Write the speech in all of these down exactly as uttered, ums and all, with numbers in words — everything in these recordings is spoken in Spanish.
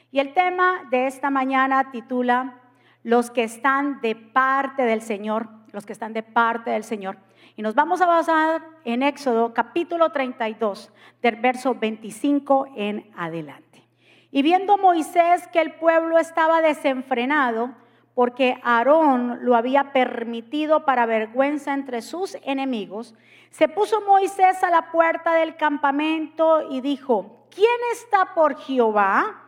Y el tema de esta mañana titula Los que están de parte del Señor, los que están de parte del Señor. Y nos vamos a basar en Éxodo capítulo treinta y dos, del verso veinticinco en adelante. Y viendo Moisés que el pueblo estaba desenfrenado, porque Aarón lo había permitido para vergüenza entre sus enemigos, se puso Moisés a la puerta del campamento y dijo: ¿Quién está por Jehová?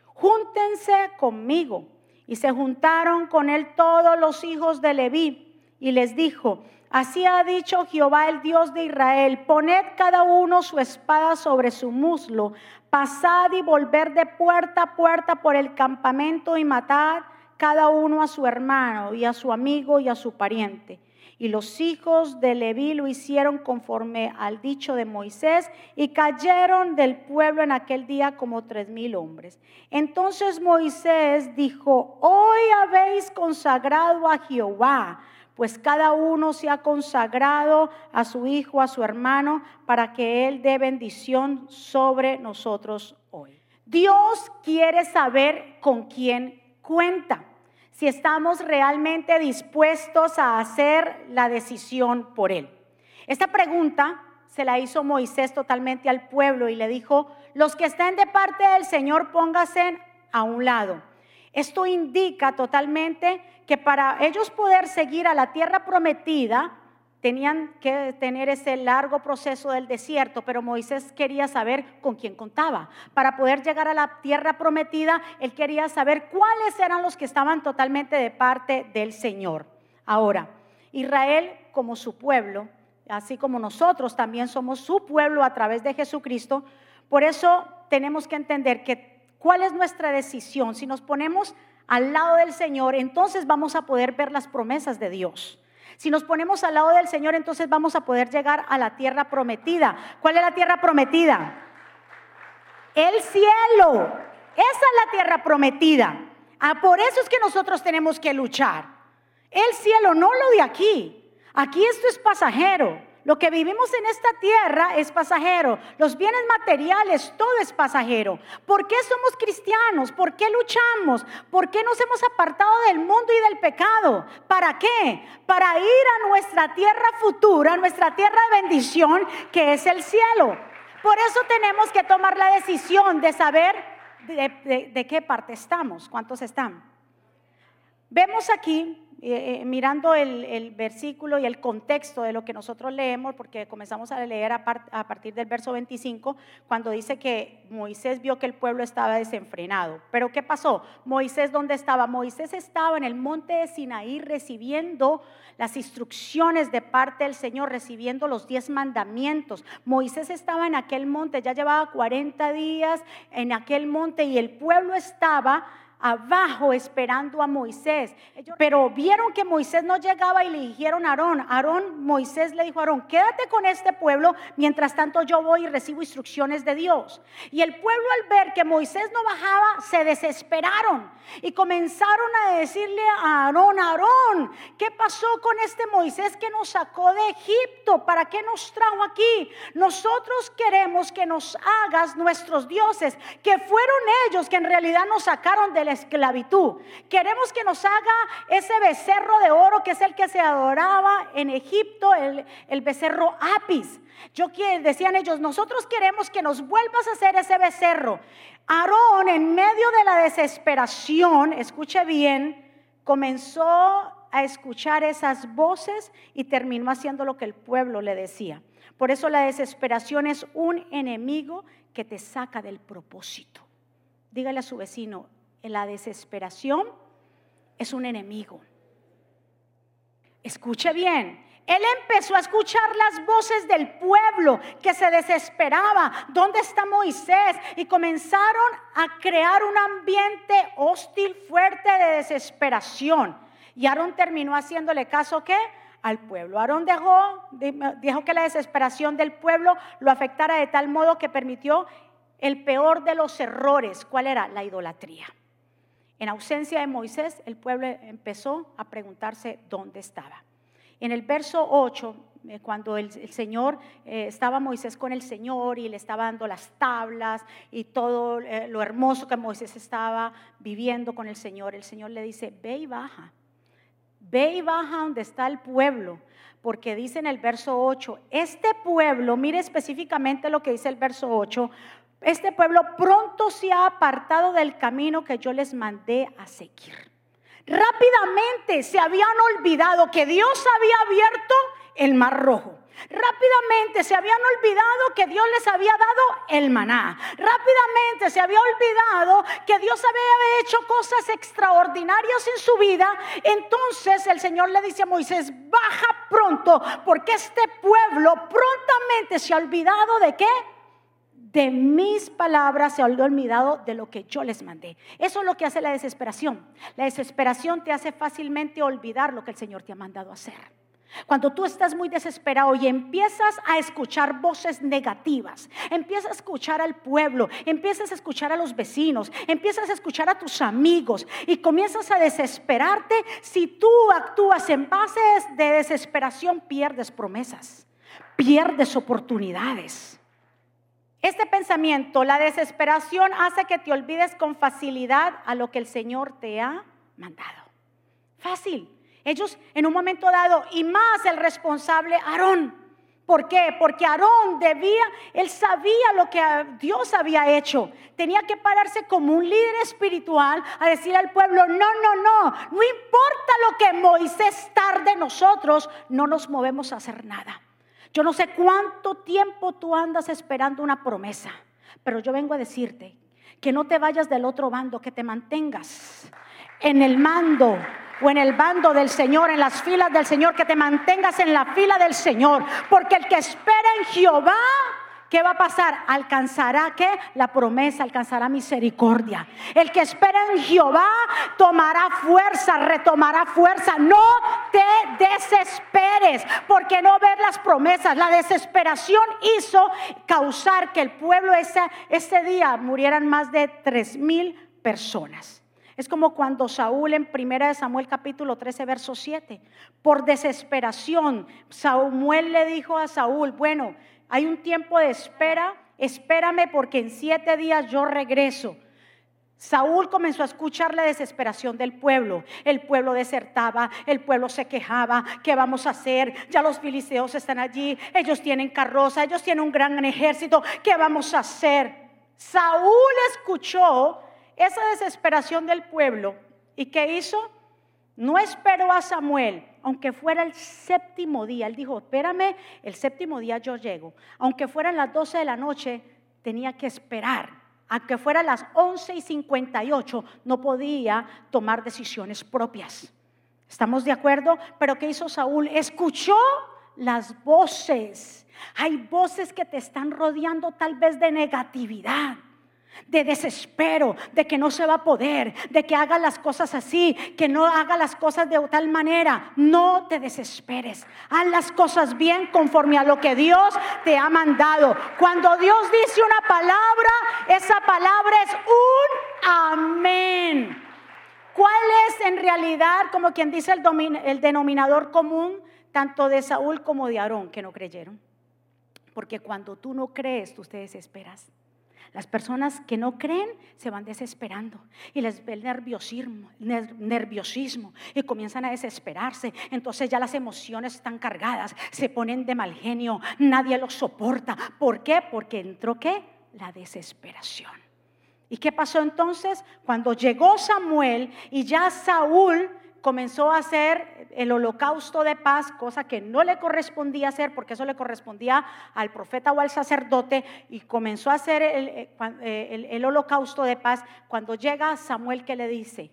Júntense conmigo. Y se juntaron con él todos los hijos de Leví, y les dijo: así ha dicho Jehová, el Dios de Israel: poned cada uno su espada sobre su muslo, pasad y volver de puerta a puerta por el campamento y matad cada uno a su hermano y a su amigo y a su pariente. Y los hijos de Leví lo hicieron conforme al dicho de Moisés, y cayeron del pueblo en aquel día como tres mil hombres. Entonces Moisés dijo: hoy habéis consagrado a Jehová, pues cada uno se ha consagrado a su hijo, a su hermano, para que él dé bendición sobre nosotros hoy. Dios quiere saber con quién cuenta, si estamos realmente dispuestos a hacer la decisión por él. Esta pregunta se la hizo Moisés totalmente al pueblo y le dijo: los que estén de parte del Señor, pónganse a un lado. Esto indica totalmente que para ellos poder seguir a la tierra prometida, tenían que tener ese largo proceso del desierto, pero Moisés quería saber con quién contaba. Para poder llegar a la tierra prometida, él quería saber cuáles eran los que estaban totalmente de parte del Señor. Ahora, Israel como su pueblo, así como nosotros también somos su pueblo a través de Jesucristo, por eso tenemos que entender que cuál es nuestra decisión. Si nos ponemos al lado del Señor, entonces vamos a poder ver las promesas de Dios. Si nos ponemos al lado del Señor, entonces vamos a poder llegar a la tierra prometida. ¿Cuál es la tierra prometida? El cielo. Esa es la tierra prometida. Ah, por eso es que nosotros tenemos que luchar. El cielo, no lo de aquí. Aquí esto es pasajero. Lo que vivimos en esta tierra es pasajero. Los bienes materiales, todo es pasajero. ¿Por qué somos cristianos? ¿Por qué luchamos? ¿Por qué nos hemos apartado del mundo y del pecado? ¿Para qué? Para ir a nuestra tierra futura, nuestra tierra de bendición, que es el cielo. Por eso tenemos que tomar la decisión de saber de, de, de qué parte estamos. ¿Cuántos están? Vemos aquí, eh, mirando el, el versículo y el contexto de lo que nosotros leemos, porque comenzamos a leer a, part, a partir del verso veinticinco, cuando dice que Moisés vio que el pueblo estaba desenfrenado. ¿Pero qué pasó? Moisés, ¿dónde estaba? Moisés estaba en el monte de Sinaí recibiendo las instrucciones de parte del Señor, recibiendo los diez mandamientos. Moisés estaba en aquel monte, ya llevaba cuarenta días en aquel monte, y el pueblo estaba abajo esperando a Moisés. Pero vieron que Moisés no llegaba y le dijeron a Aarón, Aarón, Moisés le dijo a Aarón: quédate con este pueblo, mientras tanto yo voy y recibo instrucciones de Dios. Y el pueblo, al ver que Moisés no bajaba, se desesperaron y comenzaron a decirle a Aarón: Aarón, ¿qué pasó con este Moisés que nos sacó de Egipto? ¿Para qué nos trajo aquí? Nosotros queremos que nos hagas nuestros dioses, que fueron ellos que en realidad nos sacaron de la esclavitud. Queremos que nos haga ese becerro de oro que es el que se adoraba en Egipto, el, el becerro Apis. Yo decían ellos: nosotros queremos que nos vuelvas a hacer ese becerro. Aarón, en medio de la desesperación, escuche bien, comenzó a escuchar esas voces y terminó haciendo lo que el pueblo le decía. Por eso la desesperación es un enemigo que te saca del propósito. Dígale a su vecino: la desesperación es un enemigo. Escuche bien. Él empezó a escuchar las voces del pueblo que se desesperaba. ¿Dónde está Moisés? Y comenzaron a crear un ambiente hostil, fuerte, de desesperación. Y Aarón terminó haciéndole caso, ¿qué? Al pueblo. Aarón dejó, dejó que la desesperación del pueblo lo afectara de tal modo que permitió el peor de los errores. ¿Cuál era? La idolatría. En ausencia de Moisés, el pueblo empezó a preguntarse dónde estaba. En el verso ocho eh, cuando el, el Señor, eh, estaba Moisés con el Señor y le estaba dando las tablas y todo eh, lo hermoso que Moisés estaba viviendo con el Señor, el Señor le dice, ve y baja, ve y baja donde está el pueblo, porque dice en el verso ocho, este pueblo, mire específicamente lo que dice el verso ocho, este pueblo pronto se ha apartado del camino que yo les mandé a seguir. Rápidamente se habían olvidado que Dios había abierto el mar rojo. Rápidamente se habían olvidado que Dios les había dado el maná. Rápidamente se había olvidado que Dios había hecho cosas extraordinarias en su vida. Entonces el Señor le dice a Moisés, baja pronto, porque este pueblo prontamente se ha olvidado de qué. De mis palabras, se ha olvidado de lo que yo les mandé. Eso es lo que hace la desesperación. La desesperación te hace fácilmente olvidar lo que el Señor te ha mandado a hacer. Cuando tú estás muy desesperado y empiezas a escuchar voces negativas, empiezas a escuchar al pueblo, empiezas a escuchar a los vecinos, empiezas a escuchar a tus amigos y comienzas a desesperarte, si tú actúas en bases de desesperación, pierdes promesas, pierdes oportunidades. Este pensamiento, la desesperación, hace que te olvides con facilidad a lo que el Señor te ha mandado. Fácil. Ellos en un momento dado, y más el responsable Aarón. ¿Por qué? Porque Aarón debía, él sabía lo que Dios había hecho. Tenía que pararse como un líder espiritual a decir al pueblo, no, no, no, no importa lo que Moisés tarde, nosotros no nos movemos a hacer nada. Yo no sé cuánto tiempo tú andas esperando una promesa, pero yo vengo a decirte que no te vayas del otro bando, que te mantengas en el mando o en el bando del Señor, en las filas del Señor, que te mantengas en la fila del Señor, porque el que espera en Jehová, ¿qué va a pasar? Alcanzará, ¿qué? La promesa, alcanzará misericordia. El que espera en Jehová tomará fuerza, retomará fuerza. No te desesperes porque no ves las promesas. La desesperación hizo causar que el pueblo ese, ese día murieran más de tres mil personas. Es como cuando Saúl en primera de Samuel capítulo trece verso siete, por desesperación, Samuel le dijo a Saúl, bueno, hay un tiempo de espera, espérame porque en siete días yo regreso. Saúl comenzó a escuchar la desesperación del pueblo. El pueblo desertaba, el pueblo se quejaba. ¿Qué vamos a hacer? Ya los filisteos están allí, ellos tienen carroza, ellos tienen un gran ejército. ¿Qué vamos a hacer? Saúl escuchó esa desesperación del pueblo. ¿Y qué hizo? No esperó a Samuel, aunque fuera el séptimo día. Él dijo, espérame, el séptimo día yo llego. Aunque fueran las doce de la noche, tenía que esperar. Aunque fueran las once y cincuenta y ocho, no podía tomar decisiones propias. ¿Estamos de acuerdo? Pero ¿qué hizo Saúl? Escuchó las voces. Hay voces que te están rodeando tal vez de negatividad, de desespero, de que no se va a poder, de que haga las cosas así, que no haga las cosas de tal manera. No te desesperes, haz las cosas bien conforme a lo que Dios te ha mandado. Cuando Dios dice una palabra, esa palabra es un amén. ¿Cuál es en realidad, como quien dice, el, domin- el denominador común tanto de Saúl como de Aarón, que no creyeron? Porque cuando tú no crees, tú te desesperas. Las personas que no creen se van desesperando y les ve el nerviosismo, nerviosismo y comienzan a desesperarse. Entonces ya las emociones están cargadas, se ponen de mal genio, nadie los soporta. ¿Por qué? Porque entró ¿qué? La desesperación. ¿Y qué pasó entonces? Cuando llegó Samuel y ya Saúl comenzó a hacer el holocausto de paz, cosa que no le correspondía hacer, porque eso le correspondía al profeta o al sacerdote, y comenzó a hacer el, el, el holocausto de paz. Cuando llega Samuel, ¿qué le dice?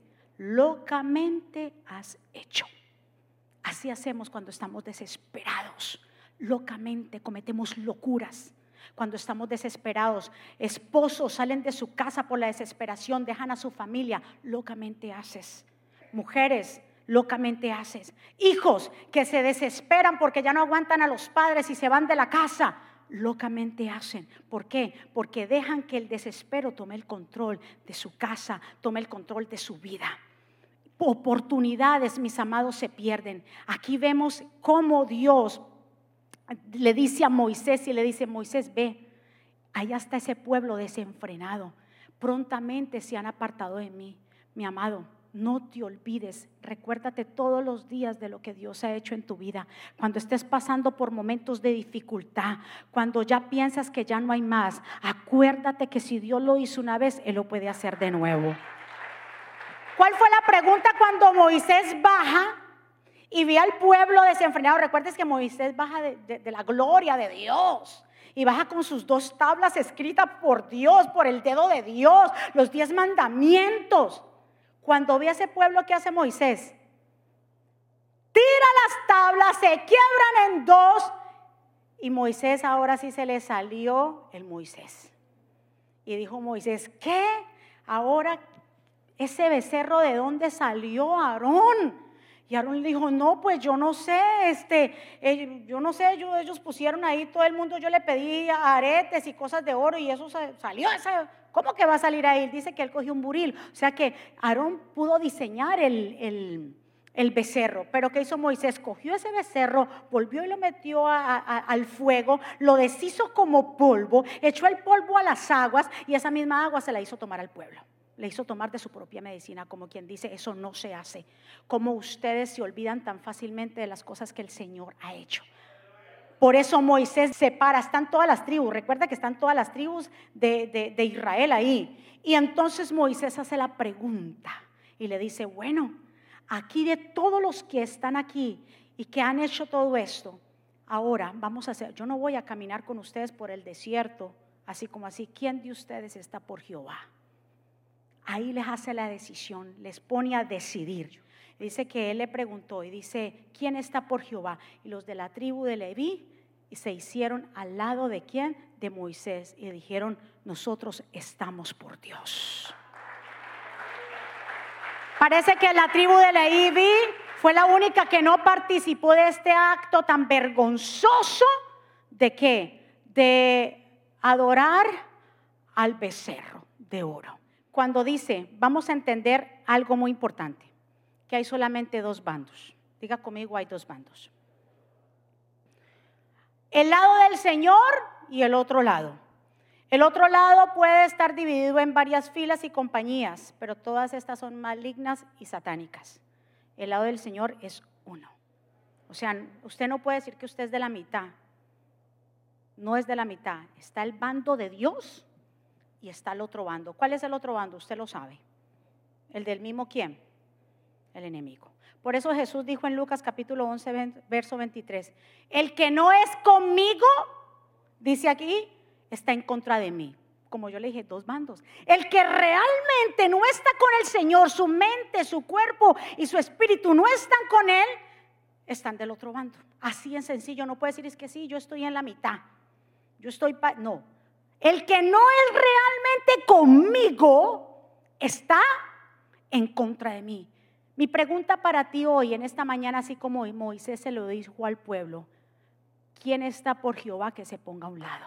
Locamente has hecho. Así hacemos cuando estamos desesperados. Locamente cometemos locuras. Cuando estamos desesperados, esposos salen de su casa por la desesperación, dejan a su familia, locamente haces. Mujeres, locamente haces. Hijos que se desesperan porque ya no aguantan a los padres y se van de la casa, locamente hacen. ¿Por qué? Porque dejan que el desespero tome el control de su casa, tome el control de su vida. Oportunidades, mis amados, se pierden. Aquí vemos cómo Dios le dice a Moisés y le dice: Moisés, ve, allá está ese pueblo desenfrenado, prontamente se han apartado de mí. Mi amado, no te olvides, recuérdate todos los días de lo que Dios ha hecho en tu vida. Cuando estés pasando por momentos de dificultad, cuando ya piensas que ya no hay más, acuérdate que si Dios lo hizo una vez, Él lo puede hacer de nuevo. ¿Cuál fue la pregunta cuando Moisés baja y ve al pueblo desenfrenado? Recuerdes que Moisés baja de, de, de la gloria de Dios y baja con sus dos tablas escritas por Dios, por el dedo de Dios, los diez mandamientos. Cuando ve a ese pueblo, ¿qué hace Moisés? Tira las tablas, se quiebran en dos, y Moisés, ahora sí se le salió el Moisés. Y dijo Moisés: ¿qué? Ahora ese becerro, ¿de dónde salió, Aarón? Y Aarón le dijo: no, pues yo no sé, este, ellos, yo no sé, ellos, ellos pusieron ahí, todo el mundo, yo le pedí aretes y cosas de oro y eso salió, esa, ¿cómo que va a salir ahí? Dice que él cogió un buril, o sea que Aarón pudo diseñar el, el, el becerro. Pero ¿qué hizo Moisés? Cogió ese becerro, volvió y lo metió a, a, al fuego, lo deshizo como polvo, echó el polvo a las aguas y esa misma agua se la hizo tomar al pueblo. Le hizo tomar de su propia medicina, como quien dice: eso no se hace. Como ustedes se olvidan tan fácilmente de las cosas que el Señor ha hecho. Por eso Moisés separa, están todas las tribus, recuerda que están todas las tribus de, de, de Israel ahí. Y entonces Moisés hace la pregunta y le dice: bueno, aquí de todos los que están aquí y que han hecho todo esto, ahora vamos a hacer, yo no voy a caminar con ustedes por el desierto, así como así. ¿Quién de ustedes está por Jehová? Ahí les hace la decisión, les pone a decidir. Dice que él le preguntó y dice: ¿quién está por Jehová? Y los de la tribu de Leví y se hicieron al lado de quién, de Moisés, y dijeron: nosotros estamos por Dios. Parece que la tribu de Leví fue la única que no participó de este acto tan vergonzoso. ¿De qué? De adorar al becerro de oro. Cuando dice, vamos a entender algo muy importante, que hay solamente dos bandos. Diga conmigo: hay dos bandos. El lado del Señor y el otro lado. El otro lado puede estar dividido en varias filas y compañías, pero todas estas son malignas y satánicas. El lado del Señor es uno. O sea, usted no puede decir que usted es de la mitad. No es de la mitad. Está el bando de Dios y está el otro bando. ¿Cuál es el otro bando? Usted lo sabe. ¿El del mismo quién? El enemigo. Por eso Jesús dijo en Lucas capítulo once, verso veintitrés: el que no es conmigo, dice aquí, está en contra de mí. Como yo le dije, dos bandos. El que realmente no está con el Señor, su mente, su cuerpo y su espíritu no están con Él, están del otro bando. Así en sencillo. No puede decir: es que sí, yo estoy en la mitad. Yo estoy, pa-. no. El que no es realmente conmigo está en contra de mí. Mi pregunta para ti hoy, en esta mañana, así como Moisés se lo dijo al pueblo: ¿quién está por Jehová? Que se ponga a un lado.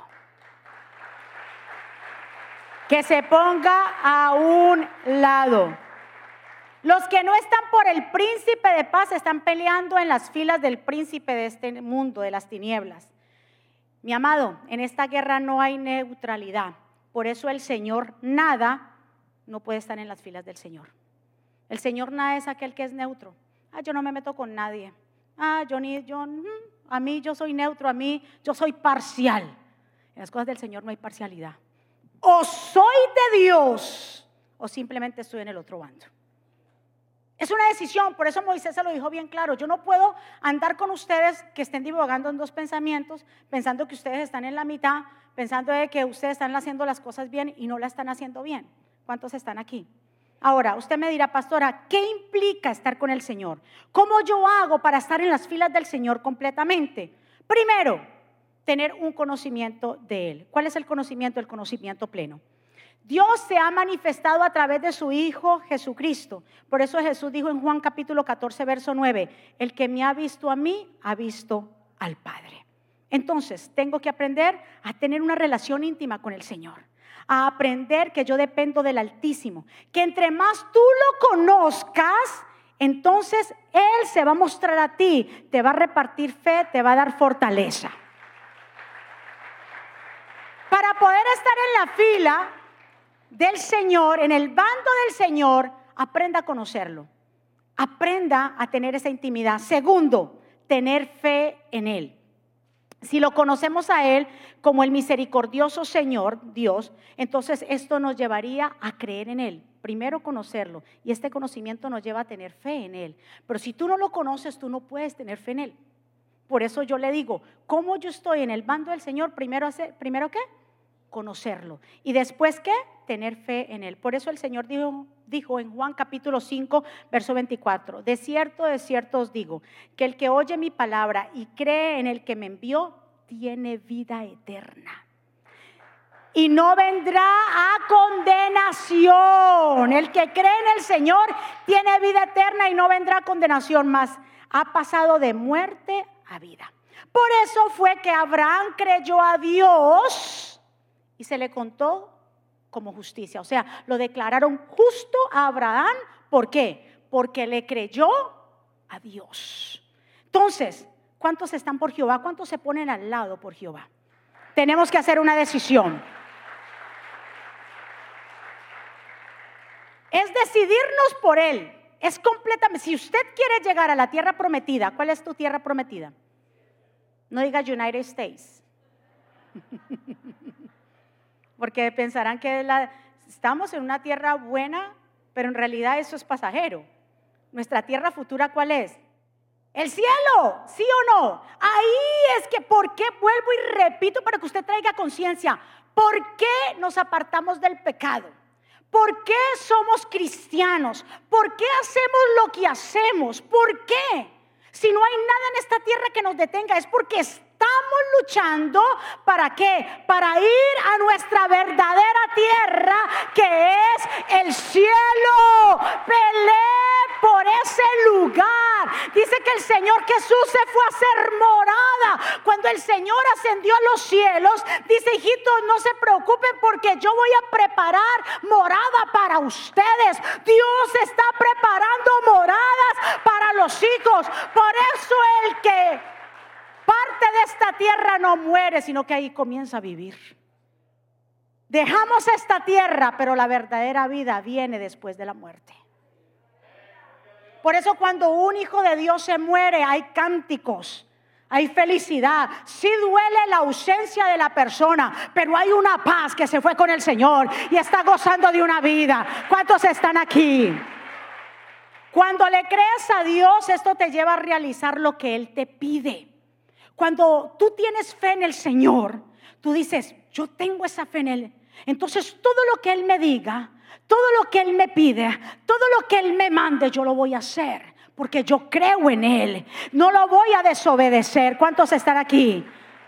Que se ponga a un lado. Los que no están por el príncipe de paz están peleando en las filas del príncipe de este mundo, de las tinieblas. Mi amado, en esta guerra no hay neutralidad. Por eso el Señor nada no puede estar en las filas del Señor. El Señor nada es aquel que es neutro. Ah, yo no me meto con nadie. Ah, yo ni, yo, a mí yo soy neutro, a mí yo soy parcial. En las cosas del Señor no hay parcialidad. O soy de Dios o simplemente estoy en el otro bando. Es una decisión. Por eso Moisés se lo dijo bien claro: yo no puedo andar con ustedes que estén divagando en dos pensamientos, pensando que ustedes están en la mitad, pensando de que ustedes están haciendo las cosas bien y no la están haciendo bien. ¿Cuántos están aquí? Ahora, usted me dirá: pastora, ¿qué implica estar con el Señor? ¿Cómo yo hago para estar en las filas del Señor completamente? Primero, tener un conocimiento de Él. ¿Cuál es el conocimiento? El conocimiento pleno. Dios se ha manifestado a través de su Hijo Jesucristo. Por eso Jesús dijo en Juan capítulo catorce, verso nueve: el que me ha visto a mí, ha visto al Padre. Entonces, tengo que aprender a tener una relación íntima con el Señor, a aprender que yo dependo del Altísimo, que entre más tú lo conozcas, entonces Él se va a mostrar a ti, te va a repartir fe, te va a dar fortaleza. Para poder estar en la fila del Señor, en el bando del Señor, aprenda a conocerlo. Aprenda a tener esa intimidad. Segundo, tener fe en Él. Si lo conocemos a Él como el misericordioso Señor, Dios, entonces esto nos llevaría a creer en Él. Primero conocerlo, y este conocimiento nos lleva a tener fe en Él. Pero si tú no lo conoces, tú no puedes tener fe en Él. Por eso yo le digo, ¿cómo yo estoy en el bando del Señor? Primero, hacer, ¿primero qué? Conocerlo. Y después ¿qué? Tener fe en Él. Por eso el Señor dijo, dijo en Juan capítulo cinco, verso veinticuatro, de cierto, de cierto os digo, que el que oye mi palabra y cree en el que me envió, tiene vida eterna. Y no vendrá a condenación. El que cree en el Señor tiene vida eterna y no vendrá a condenación, más ha pasado de muerte a vida. Por eso fue que Abraham creyó a Dios y se le contó como justicia. O sea, lo declararon justo a Abraham. ¿Por qué? Porque le creyó a Dios. Entonces, ¿cuántos están por Jehová? ¿Cuántos se ponen al lado por Jehová? Tenemos que hacer una decisión. Es decidirnos por Él. Es completamente, si usted quiere llegar a la tierra prometida, ¿cuál es tu tierra prometida? No diga United States. Porque pensarán que la, estamos en una tierra buena, pero en realidad eso es pasajero. Nuestra tierra futura, ¿cuál es? El cielo, ¿sí o no? Ahí es que, ¿por qué? Vuelvo y repito para que usted traiga conciencia. ¿Por qué nos apartamos del pecado? ¿Por qué somos cristianos? ¿Por qué hacemos lo que hacemos? ¿Por qué? Si no hay nada en esta tierra que nos detenga, es porque estamos luchando, ¿para qué? Para ir a nuestra verdadera tierra, que es el cielo. Pelee por ese lugar. Dice que el Señor Jesús se fue a hacer morada. Cuando el Señor ascendió a los cielos, dice, hijitos, no se preocupen porque yo voy a preparar morada para ustedes. Dios está preparando moradas para los hijos. Por eso el que parte de esta tierra no muere, sino que ahí comienza a vivir. Dejamos esta tierra, pero la verdadera vida viene después de la muerte. Por eso cuando un hijo de Dios se muere, hay cánticos, hay felicidad. Sí duele la ausencia de la persona, pero hay una paz que se fue con el Señor y está gozando de una vida. ¿Cuántos están aquí? Cuando le crees a Dios, esto te lleva a realizar lo que Él te pide. Cuando tú tienes fe en el Señor, tú dices, yo tengo esa fe en Él. Entonces todo lo que Él me diga, todo lo que Él me pide, todo lo que Él me mande, yo lo voy a hacer. Porque yo creo en Él. No lo voy a desobedecer. ¿Cuántos están aquí?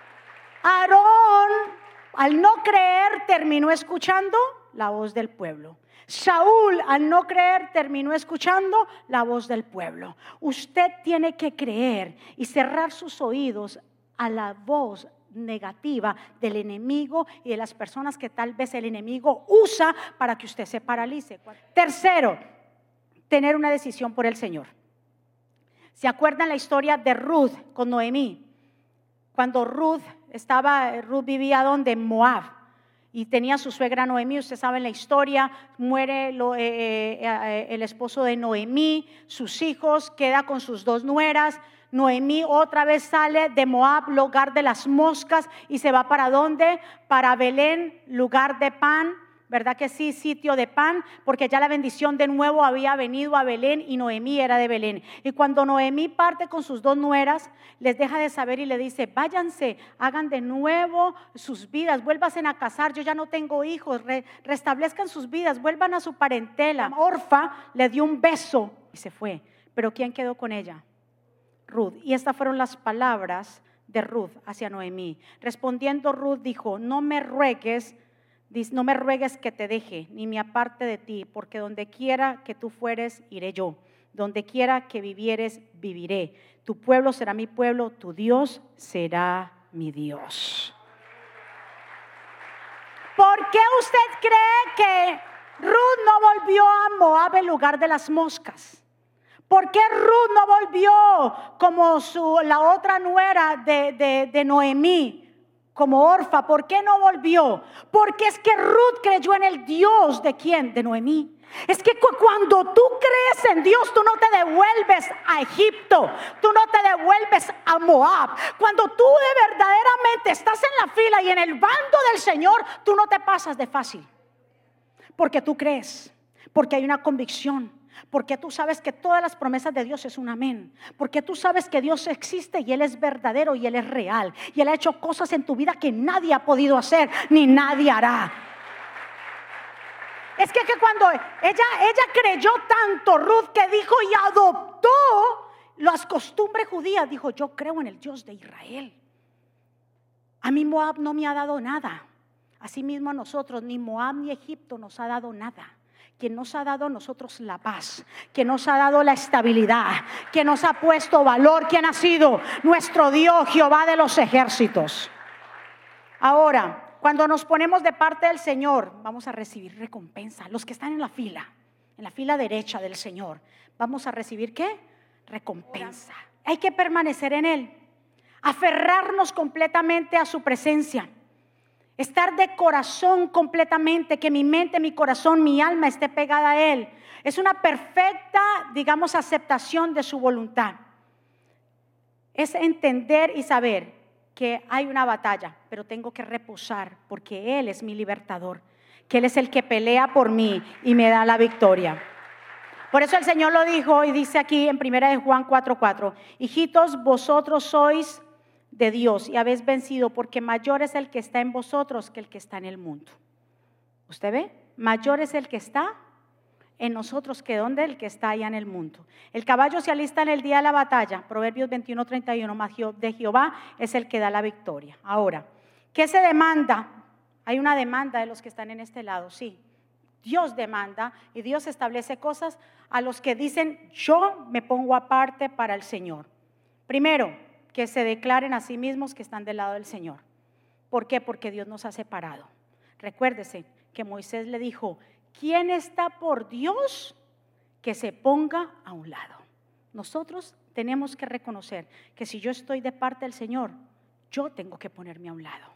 Aarón, al no creer, terminó escuchando la voz del pueblo. Saúl, al no creer, terminó escuchando la voz del pueblo. Usted tiene que creer y cerrar sus oídos a la voz negativa del enemigo y de las personas que tal vez el enemigo usa para que usted se paralice. Tercero, tener una decisión por el Señor. ¿Se acuerdan la historia de Ruth con Noemí? Cuando Ruth estaba, Ruth vivía donde, en Moab, y tenía su suegra Noemí. Usted sabe la historia, muere lo, eh, eh, el esposo de Noemí, sus hijos, queda con sus dos nueras. Noemí otra vez sale de Moab, lugar de las moscas, y se va para ¿dónde? Para Belén, lugar de pan. ¿Verdad que sí? Sitio de pan, porque ya la bendición de nuevo había venido a Belén y Noemí era de Belén. Y cuando Noemí parte con sus dos nueras, les deja de saber y le dice, váyanse, hagan de nuevo sus vidas, vuélvanse a casar, yo ya no tengo hijos, re, restablezcan sus vidas, vuelvan a su parentela. Orfa le dio un beso y se fue. Pero ¿quién quedó con ella? Ruth. Y estas fueron las palabras de Ruth hacia Noemí. Respondiendo Ruth dijo, no me ruegues, no me ruegues que te deje, ni me aparte de ti, porque donde quiera que tú fueres, iré yo. Donde quiera que vivieres, viviré. Tu pueblo será mi pueblo, tu Dios será mi Dios. ¿Por qué usted cree que Ruth no volvió a Moab, el lugar de las moscas? ¿Por qué Ruth no volvió como su, la otra nuera de, de, de Noemí? como Orfa. ¿Por qué no volvió? Porque es que Ruth creyó en el Dios de ¿quién? De Noemí. Es que cu- cuando tú crees en Dios, tú no te devuelves a Egipto, tú no te devuelves a Moab. Cuando tú de verdaderamente estás en la fila y en el bando del Señor, tú no te pasas de fácil, porque tú crees, porque hay una convicción, porque tú sabes que todas las promesas de Dios es un amén, porque tú sabes que Dios existe y Él es verdadero y Él es real, y Él ha hecho cosas en tu vida que nadie ha podido hacer ni nadie hará. Es que, que cuando ella, ella creyó tanto, Ruth, que dijo y adoptó las costumbres judías, dijo: yo creo en el Dios de Israel. A mí Moab no me ha dado nada. Asimismo a nosotros, ni Moab ni Egipto nos ha dado nada. Quien nos ha dado a nosotros la paz, quien nos ha dado la estabilidad, quien nos ha puesto valor, quien ha sido nuestro Dios, Jehová de los ejércitos. Ahora, cuando nos ponemos de parte del Señor, vamos a recibir recompensa. Los que están en la fila, en la fila derecha del Señor, vamos a recibir ¿qué? Recompensa. Hay que permanecer en Él, aferrarnos completamente a su presencia, estar de corazón completamente, que mi mente, mi corazón, mi alma esté pegada a Él. Es una perfecta, digamos, aceptación de su voluntad. Es entender y saber que hay una batalla, pero tengo que reposar porque Él es mi libertador, que Él es el que pelea por mí y me da la victoria. Por eso el Señor lo dijo y dice aquí en primera de Juan cuatro cuatro: hijitos, vosotros sois de Dios y habéis vencido, porque mayor es el que está en vosotros que el que está en el mundo. ¿Usted ve? Mayor es el que está en nosotros que donde el que está allá en el mundo. El caballo se alista en el día de la batalla, Proverbios veintiuno treinta y uno, mas de Jehová es el que da la victoria. Ahora, ¿qué se demanda? Hay una demanda de los que están en este lado, sí. Dios demanda y Dios establece cosas a los que dicen: yo me pongo aparte para el Señor. Primero, que se declaren a sí mismos que están del lado del Señor. ¿Por qué? Porque Dios nos ha separado. Recuérdese que Moisés le dijo: ¿quién está por Dios que se ponga a un lado? Nosotros tenemos que reconocer que si yo estoy de parte del Señor, yo tengo que ponerme a un lado.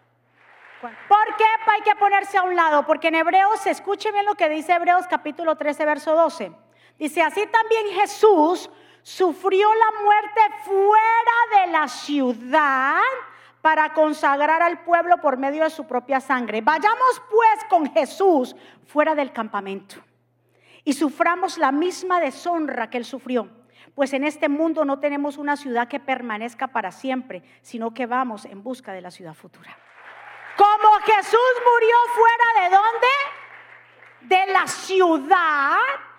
¿Por qué hay que ponerse a un lado? Porque en Hebreos, escuchen bien lo que dice Hebreos capítulo trece, verso doce. Dice: así también Jesús sufrió la muerte fuera de la ciudad para consagrar al pueblo por medio de su propia sangre. Vayamos pues con Jesús fuera del campamento y suframos la misma deshonra que Él sufrió, pues en este mundo no tenemos una ciudad que permanezca para siempre, sino que vamos en busca de la ciudad futura. Como Jesús murió fuera de ¿dónde? De la ciudad.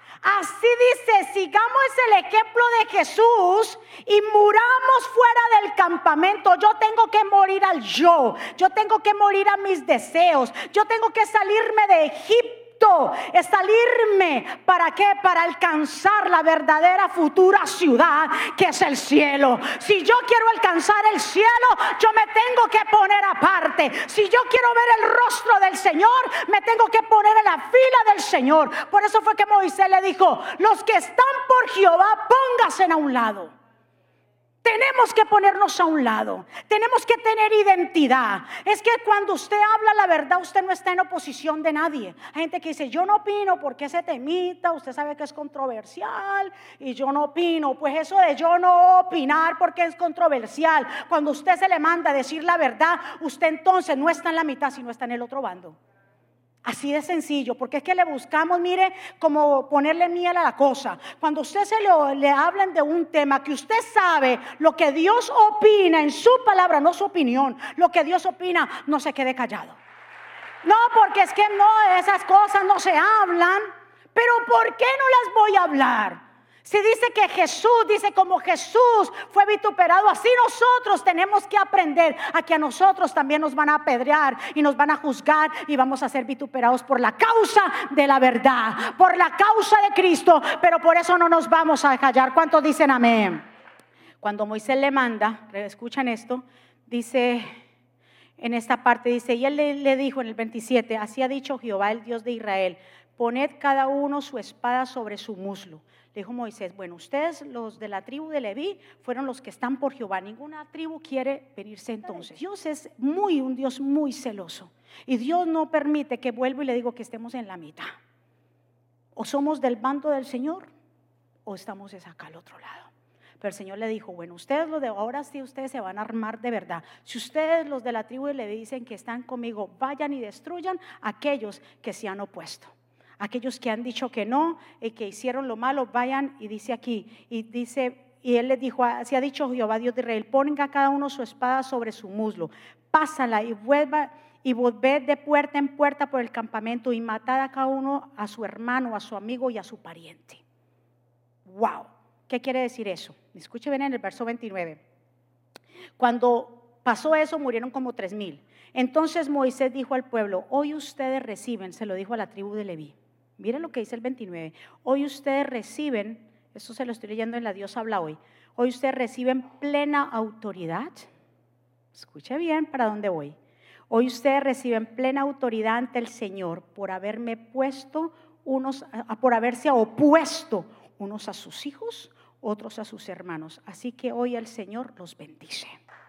Así dice, sigamos el ejemplo de Jesús y muramos fuera del campamento. Yo tengo que morir al yo, yo tengo que morir a mis deseos, yo tengo que salirme de Egipto. Es salirme, ¿para qué? Para alcanzar la verdadera futura ciudad que es el cielo. Si yo quiero alcanzar el cielo, yo me tengo que poner aparte. Si yo quiero ver el rostro del Señor, me tengo que poner en la fila del Señor. Por eso fue que Moisés le dijo: los que están por Jehová, pónganse a un lado. Tenemos que ponernos a un lado, tenemos que tener identidad. Es que cuando usted habla la verdad, usted no está en oposición de nadie. Hay gente que dice: yo no opino porque ese temita, usted sabe que es controversial y yo no opino. Pues eso de yo no opinar porque es controversial, cuando usted se le manda a decir la verdad, usted entonces no está en la mitad, sino está en el otro bando. Así de sencillo, porque es que le buscamos, mire, como ponerle miel a la cosa. Cuando usted se lo, le hablan de un tema que usted sabe lo que Dios opina en su palabra, no su opinión, lo que Dios opina, no se quede callado. No, porque es que no, esas cosas no se hablan. Pero ¿por qué no las voy a hablar? Si dice que Jesús, dice como Jesús fue vituperado, así nosotros tenemos que aprender a que a nosotros también nos van a apedrear y nos van a juzgar y vamos a ser vituperados por la causa de la verdad, por la causa de Cristo, pero por eso no nos vamos a callar. ¿Cuántos dicen amén? Cuando Moisés le manda, escuchan esto, dice en esta parte, dice: y él le, le dijo en el veintisiete: así ha dicho Jehová, el Dios de Israel, poned cada uno su espada sobre su muslo. Le dijo Moisés, bueno, ustedes los de la tribu de Leví fueron los que están por Jehová. Ninguna tribu quiere venirse entonces. Dios es muy, un Dios muy celoso. Y Dios no permite que vuelva y le digo que estemos en la mitad. O somos del bando del Señor o estamos acá al otro lado. Pero el Señor le dijo, bueno, ustedes los de ahora sí, ustedes se van a armar de verdad. Si ustedes los de la tribu de Leví dicen que están conmigo, vayan y destruyan a aquellos que se han opuesto. Aquellos que han dicho que no y que hicieron lo malo, vayan, y dice aquí, y dice, y él les dijo, así ha dicho Jehová Dios de Israel, ponga cada uno su espada sobre su muslo, pásala y vuelva y volved de puerta en puerta por el campamento y matad a cada uno a su hermano, a su amigo y a su pariente. Wow, ¿qué quiere decir eso? Escuche bien en el verso veintinueve. Cuando pasó eso murieron como tres mil. Entonces Moisés dijo al pueblo, hoy ustedes reciben, se lo dijo a la tribu de Leví. Miren lo que dice el veintinueve. Hoy ustedes reciben, esto se lo estoy leyendo en la Dios habla hoy. Hoy ustedes reciben plena autoridad. Escuche bien para dónde voy. Hoy ustedes reciben plena autoridad ante el Señor por haberme puesto unos, por haberse opuesto unos a sus hijos, otros a sus hermanos. Así que hoy el Señor los bendice.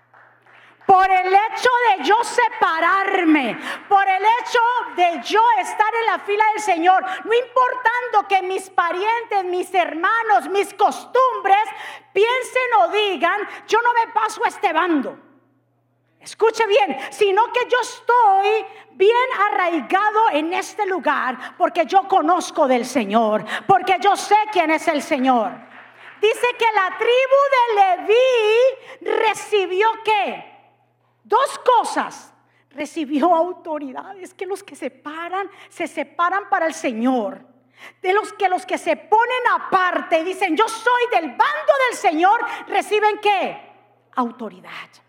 Por el hecho de yo separarme, por el hecho de yo estar en la fila del Señor, no importando que mis parientes, mis hermanos, mis costumbres piensen o digan, yo no me paso a este bando. Escuche bien, sino que yo estoy bien arraigado en este lugar porque yo conozco del Señor, porque yo sé quién es el Señor. Dice que la tribu de Leví recibió ¿qué? Dos cosas. Recibió autoridad. Es que los que se paran, se separan para el Señor. De los que los que se ponen aparte y dicen yo soy del bando del Señor, reciben ¿qué? Autoridad.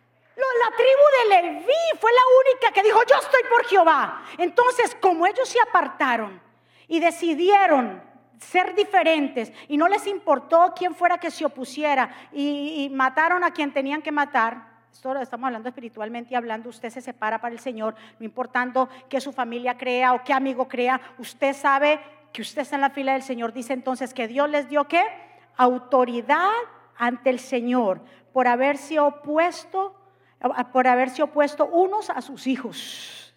La tribu de Leví fue la única que dijo yo estoy por Jehová. Entonces como ellos se apartaron y decidieron ser diferentes y no les importó quién fuera que se opusiera y, y mataron a quien tenían que matar. Esto lo estamos hablando espiritualmente y hablando, usted se separa para el Señor, no importando que su familia crea o qué amigo crea, usted sabe que usted está en la fila del Señor. Dice entonces que Dios les dio ¿qué? Autoridad ante el Señor por haberse opuesto por haberse opuesto unos a sus hijos,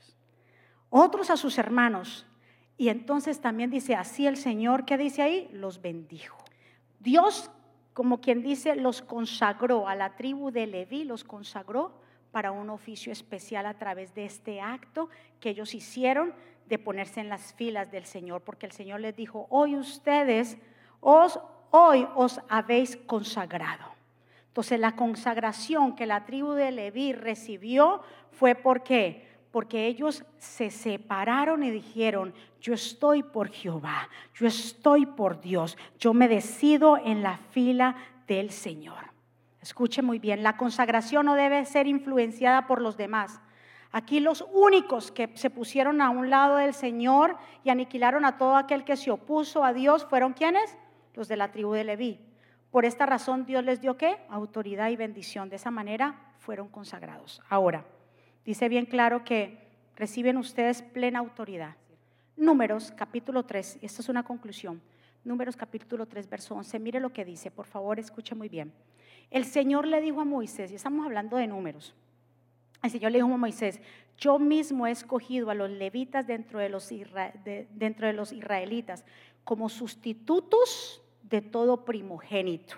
otros a sus hermanos. Y entonces también dice así el Señor, ¿qué dice ahí? Los bendijo. Dios, como quien dice, los consagró a la tribu de Leví, los consagró para un oficio especial a través de este acto que ellos hicieron de ponerse en las filas del Señor, porque el Señor les dijo, hoy ustedes, os, hoy os habéis consagrado. Entonces la consagración que la tribu de Leví recibió fue ¿por qué? Porque ellos se separaron y dijeron, yo estoy por Jehová, yo estoy por Dios, yo me decido en la fila del Señor. Escuche muy bien, la consagración no debe ser influenciada por los demás. Aquí los únicos que se pusieron a un lado del Señor y aniquilaron a todo aquel que se opuso a Dios fueron ¿quiénes? Los de la tribu de Leví. Por esta razón Dios les dio ¿qué? Autoridad y bendición. De esa manera fueron consagrados. Ahora, dice bien claro que reciben ustedes plena autoridad. Números capítulo tres, esta es una conclusión. Números capítulo tres, verso once. Mire lo que dice, por favor, escuche muy bien. El Señor le dijo a Moisés, y estamos hablando de números. El Señor le dijo a Moisés, yo mismo he escogido a los levitas dentro de los, isra- de, dentro de los israelitas como sustitutos de todo primogénito.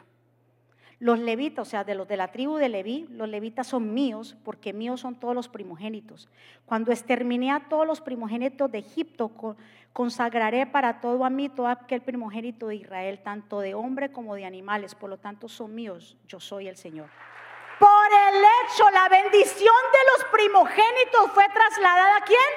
Los levitas, o sea, de los de la tribu de Leví, los levitas son míos, porque míos son todos los primogénitos. Cuando exterminé a todos los primogénitos de Egipto, consagraré para todo a mí todo aquel primogénito de Israel, tanto de hombre como de animales, por lo tanto son míos, yo soy el Señor. Por el hecho, la bendición de los primogénitos fue trasladada ¿a quién?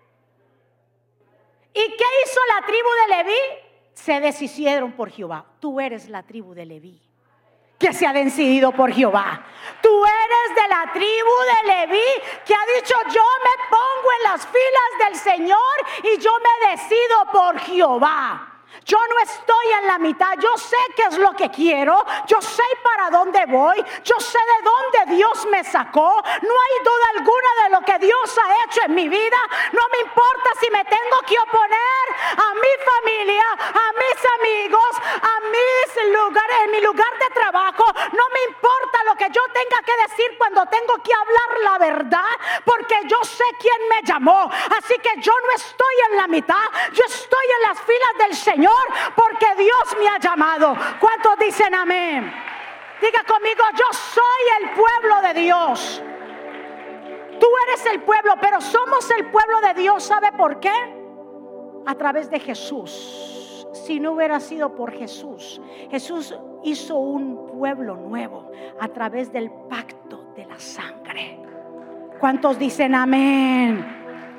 ¿Y qué hizo la tribu de Leví? Se decidieron por Jehová. Tú eres la tribu de Leví que se ha decidido por Jehová. Tú eres de la tribu de Leví que ha dicho yo me pongo en las filas del Señor y yo me decido por Jehová. Yo no estoy en la mitad. Yo sé qué es lo que quiero. Yo sé para dónde voy. Yo sé de dónde Dios me sacó. No hay duda alguna de lo que Dios ha hecho en mi vida. No me importa si me tengo que oponer a mi familia, a mis amigos, a mis lugares, en mi lugar de trabajo. No me importa lo que yo tenga que decir cuando tengo que hablar la verdad, porque yo sé quién me llamó. Así que yo no estoy en la mitad. Yo estoy en las filas del Señor, porque Dios me ha llamado. ¿Cuántos dicen amén? Diga conmigo: yo soy el pueblo de Dios. Tú eres el pueblo, pero somos el pueblo de Dios. ¿Sabe por qué? A través de Jesús. Si no hubiera sido por Jesús, Jesús hizo un pueblo nuevo a través del pacto de la sangre. ¿Cuántos dicen amén?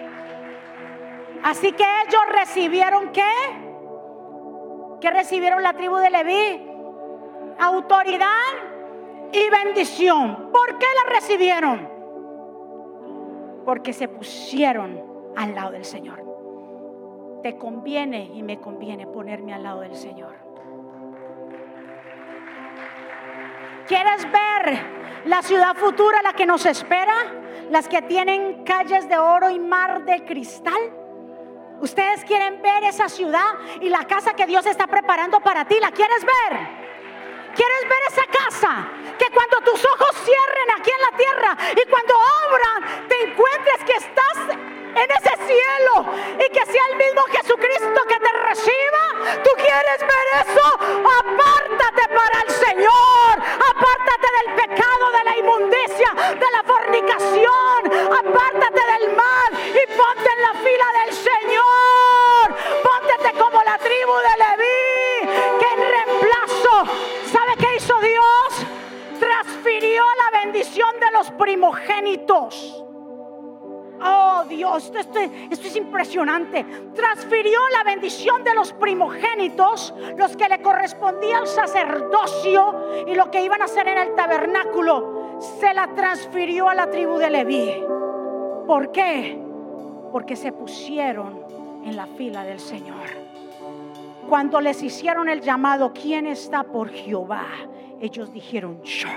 Así que ellos recibieron ¿qué? ¿Qué recibieron la tribu de Leví? Autoridad y bendición. ¿Por qué la recibieron? Porque se pusieron al lado del Señor. Te conviene y me conviene ponerme al lado del Señor. ¿Quieres ver la ciudad futura, la que nos espera? Las que tienen calles de oro y mar de cristal. Ustedes quieren ver esa ciudad y la casa que Dios está preparando para ti. ¿La quieres ver? ¿Quieres ver esa casa? Que cuando tus ojos cierren aquí en la tierra y cuando obran, te encuentres que estás en ese cielo y que sea el mismo Jesucristo que te reciba. ¿Tú quieres ver eso? Apártate para el Señor. Apártate del pecado, de la inmundicia, de la fornicación. Apártate del mal y ponte en la fila del Señor. Póntete como la tribu de Leví, que en reemplazo, ¿sabe qué hizo Dios? Transfirió la bendición de los primogénitos. Oh Dios, esto, esto es impresionante. Transfirió la bendición de los primogénitos, los que le correspondía al sacerdocio y lo que iban a hacer en el tabernáculo, se la transfirió a la tribu de Leví. ¿Por qué? Porque se pusieron en la fila del Señor. Cuando les hicieron el llamado, ¿quién está por Jehová? Ellos dijeron: yo.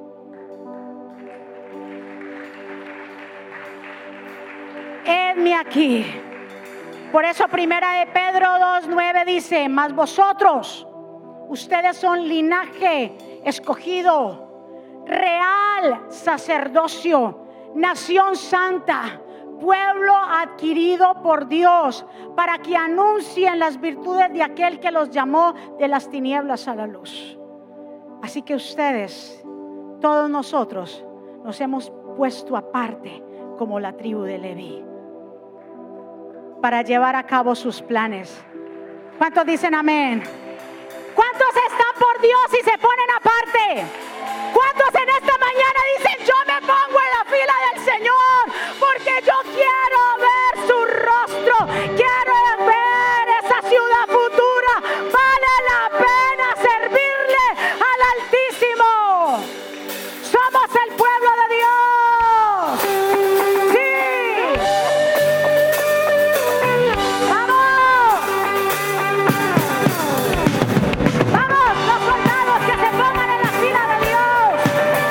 Hedme aquí. Por eso primera de Pedro dos nueve dice: mas vosotros, ustedes son linaje escogido, real sacerdocio, nación santa, pueblo adquirido por Dios, para que anuncien las virtudes de aquel que los llamó de las tinieblas a la luz. Así que ustedes, todos nosotros, nos hemos puesto aparte como la tribu de Leví, para llevar a cabo sus planes. ¿Cuántos dicen amén? ¿Cuántos están por Dios y se ponen aparte? ¿Cuántos en esta mañana dicen: yo me pongo en la fila del Señor, porque yo quiero ver su rostro, quiero ver esa ciudad futura? Vale la pena servirle al Altísimo. Somos el pueblo de Dios. Sí. Vamos. Vamos, los soldados que se pongan en la fila de Dios.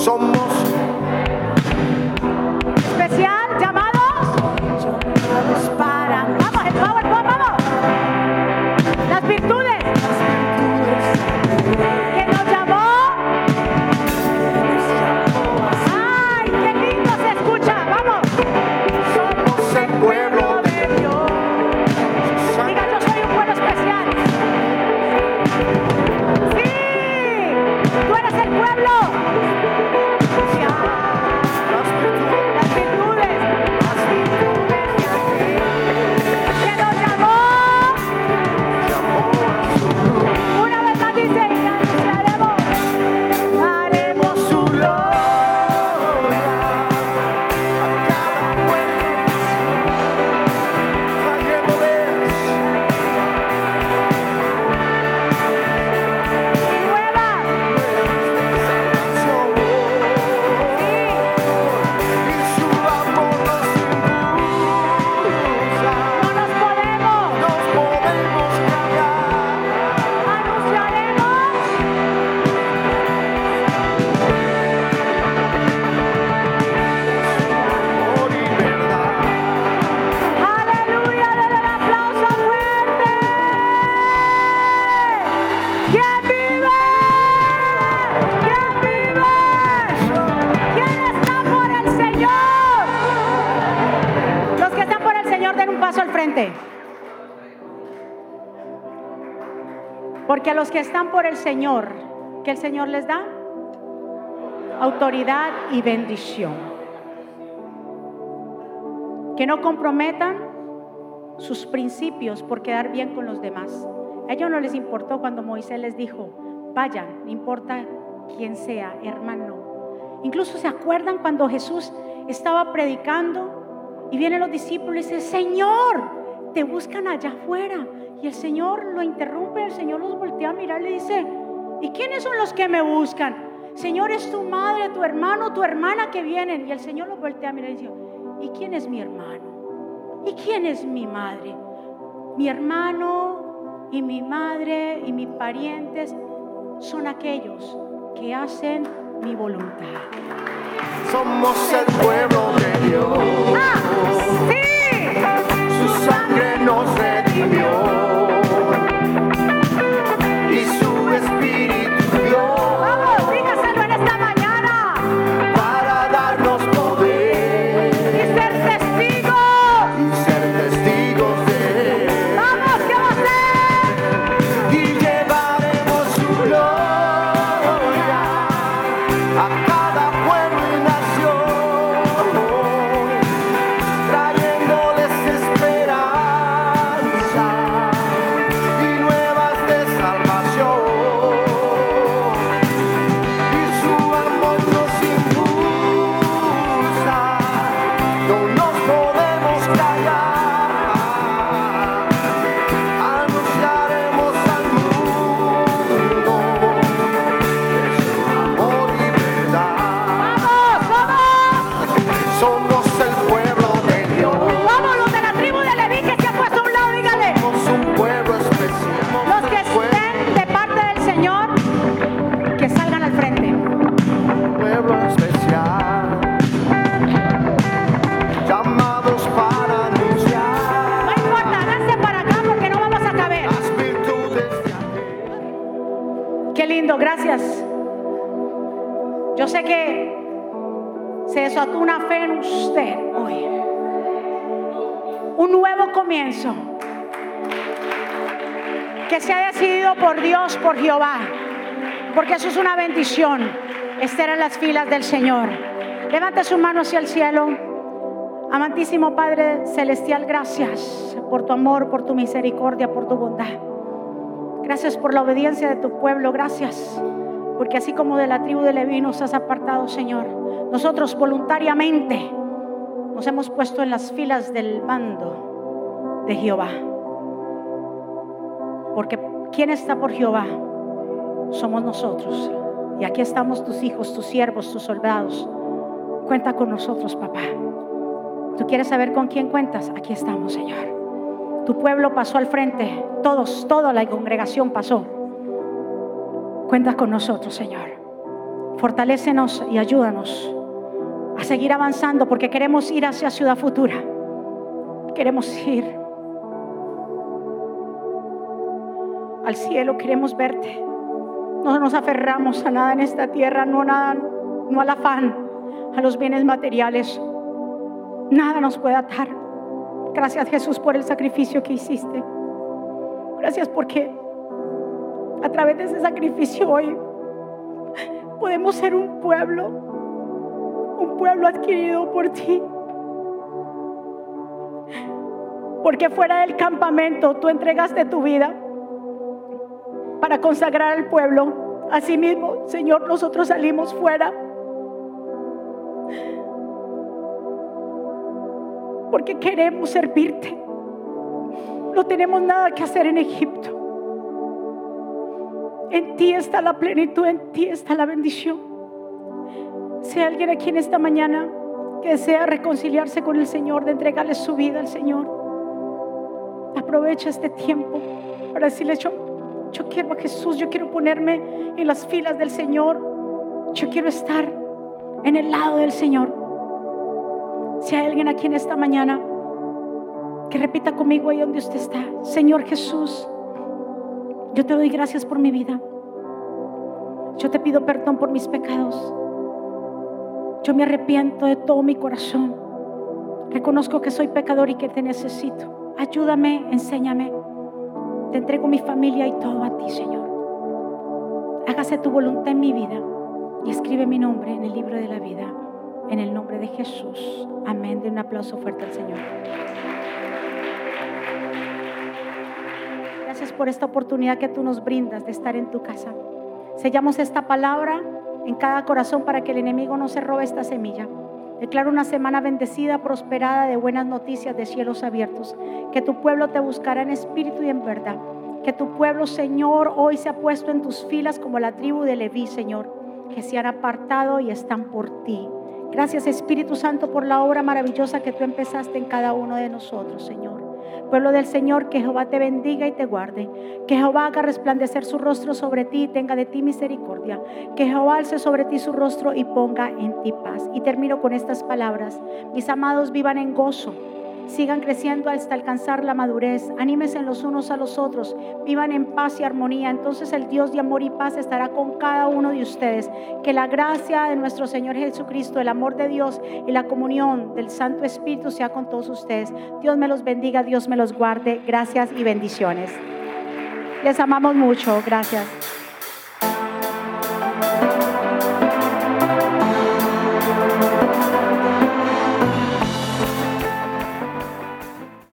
Somos especial, llamados, llamados para, vamos, el PowerPoint, vamos, las virtudes que nos llamó. Ay, qué lindo se escucha, vamos. Somos el pueblo de Dios. Diga, yo soy un pueblo especial. Sí, tú eres el pueblo. las virtudes. Las virtudes Las virtudes que nos llamó. llamó a su luz. Una vez más dice, y anunciaremos, haremos su Su gloria a cada pueblo, trayéndoles nueva. salvación. Y su amor nos impulsa. No nos podemos. Nos podemos callar. Anunciaremos. Amor y verdad. Aleluya, denle un aplauso fuerte. ¿Quién vive? ¿Quién vive? ¿Quién está por el Señor? Los que están por el Señor den un paso al frente. Porque a los que están por el Señor, ¿qué el Señor les da? Autoridad y bendición. Que no comprometan sus principios por quedar bien con los demás. A ellos no les importó cuando Moisés les dijo, vayan, no importa quién sea, hermano. Incluso se acuerdan cuando Jesús estaba predicando y vienen los discípulos y dicen, Señor, te buscan allá afuera. Y el Señor lo interrumpe, el Señor los voltea a mirar y le dice, ¿y quiénes son los que me buscan? Señor, es tu madre, tu hermano, tu hermana que vienen. Y el Señor los voltea a mirar y dice, ¿y quién es mi hermano? ¿Y quién es mi madre? Mi hermano y mi madre y mis parientes son aquellos que hacen mi voluntad. Somos el pueblo de Dios. ¡Ah! ¡Sí! Su sangre nos redimió y su espíritu dio Vamos, dígaselo en esta mañana para darnos y poder ser testigos. y ser testigos de él. Vamos, ¿qué va a hacer? Y llevaremos su gloria a cada pueblo y nación, trayéndoles esperanza y nuevas de salvación. Y su amor nos impulsa, no nos podemos callar. Anunciaremos al mundo su amor y verdad. Vamos, vamos. Somos el pueblo de Dios. Vamos, los de la tribu de Leví que se ha puesto a un lado, dígale. Somos un pueblo especial. Los que estén de parte del Señor, que salgan al frente. Pueblo especial. Llamados para anunciar No importa, háganse para acá porque no vamos a caber. las virtudes de aquel. Qué lindo, gracias. Yo sé que se desató una fe en usted hoy. Un nuevo comienzo que se ha decidido por Dios, por Jehová, porque eso es una bendición, estar en las filas del Señor. Levante su mano hacia el cielo. Amantísimo Padre Celestial, gracias por tu amor, por tu misericordia, por tu bondad. Gracias por la obediencia de tu pueblo. Gracias porque así como de la tribu de Leví nos has apartado, Señor, nosotros voluntariamente nos hemos puesto en las filas del bando de Jehová. Porque ¿quién está por Jehová? Somos nosotros. Y aquí estamos tus hijos, tus siervos, tus soldados. Cuenta con nosotros, papá. ¿Tú quieres saber con quién cuentas? Aquí estamos, Señor. Tu pueblo pasó al frente. Todos, toda la congregación pasó. Cuenta con nosotros, Señor. Fortalécenos y ayúdanos a seguir avanzando, porque queremos ir hacia Ciudad Futura. Queremos ir al cielo, queremos verte. No nos aferramos a nada en esta tierra, no, nada, no al afán, a los bienes materiales. Nada nos puede atar. Gracias, Jesús, por el sacrificio que hiciste. Gracias porque a través de ese sacrificio hoy podemos ser un pueblo, un pueblo adquirido por ti. Porque fuera del campamento tú entregaste tu vida para consagrar al pueblo. Asimismo, Señor, nosotros salimos fuera porque queremos servirte. No tenemos nada que hacer en Egipto. En ti está la plenitud, en ti está la bendición. Si hay alguien aquí en esta mañana que desea reconciliarse con el Señor, de entregarle su vida al Señor, aprovecha este tiempo para decirle: yo, yo quiero a Jesús, yo quiero ponerme en las filas del Señor, yo quiero estar en el lado del Señor. Si hay alguien aquí en esta mañana que repita conmigo ahí donde usted está: Señor Jesús, yo te doy gracias por mi vida. Yo te pido perdón por mis pecados. Yo me arrepiento de todo mi corazón. Reconozco que soy pecador y que te necesito. Ayúdame, enséñame. Te entrego mi familia y todo a ti, Señor. Hágase tu voluntad en mi vida y escribe mi nombre en el libro de la vida. En el nombre de Jesús. Amén. De un aplauso fuerte al Señor. Gracias por esta oportunidad que tú nos brindas de estar en tu casa. Sellamos esta palabra en cada corazón para que el enemigo no se robe esta semilla. Declaro una semana bendecida, prosperada, de buenas noticias, de cielos abiertos. Que tu pueblo te buscará en espíritu y en verdad. Que tu pueblo, Señor, hoy se ha puesto en tus filas como la tribu de Leví, Señor, que se han apartado y están por ti. Gracias, Espíritu Santo, por la obra maravillosa que tú empezaste en cada uno de nosotros, Señor. Pueblo del Señor, que Jehová te bendiga y te guarde. Que Jehová haga resplandecer su rostro sobre ti y tenga de ti misericordia. Que Jehová alce sobre ti su rostro y ponga en ti paz. Y termino con estas palabras: mis amados, vivan en gozo. Sigan creciendo hasta alcanzar la madurez. Anímense los unos a los otros. Vivan en paz y armonía. Entonces el Dios de amor y paz estará con cada uno de ustedes. Que la gracia de nuestro Señor Jesucristo, el amor de Dios y la comunión del Santo Espíritu sea con todos ustedes. Dios me los bendiga, Dios me los guarde. Gracias y bendiciones. Les amamos mucho. Gracias.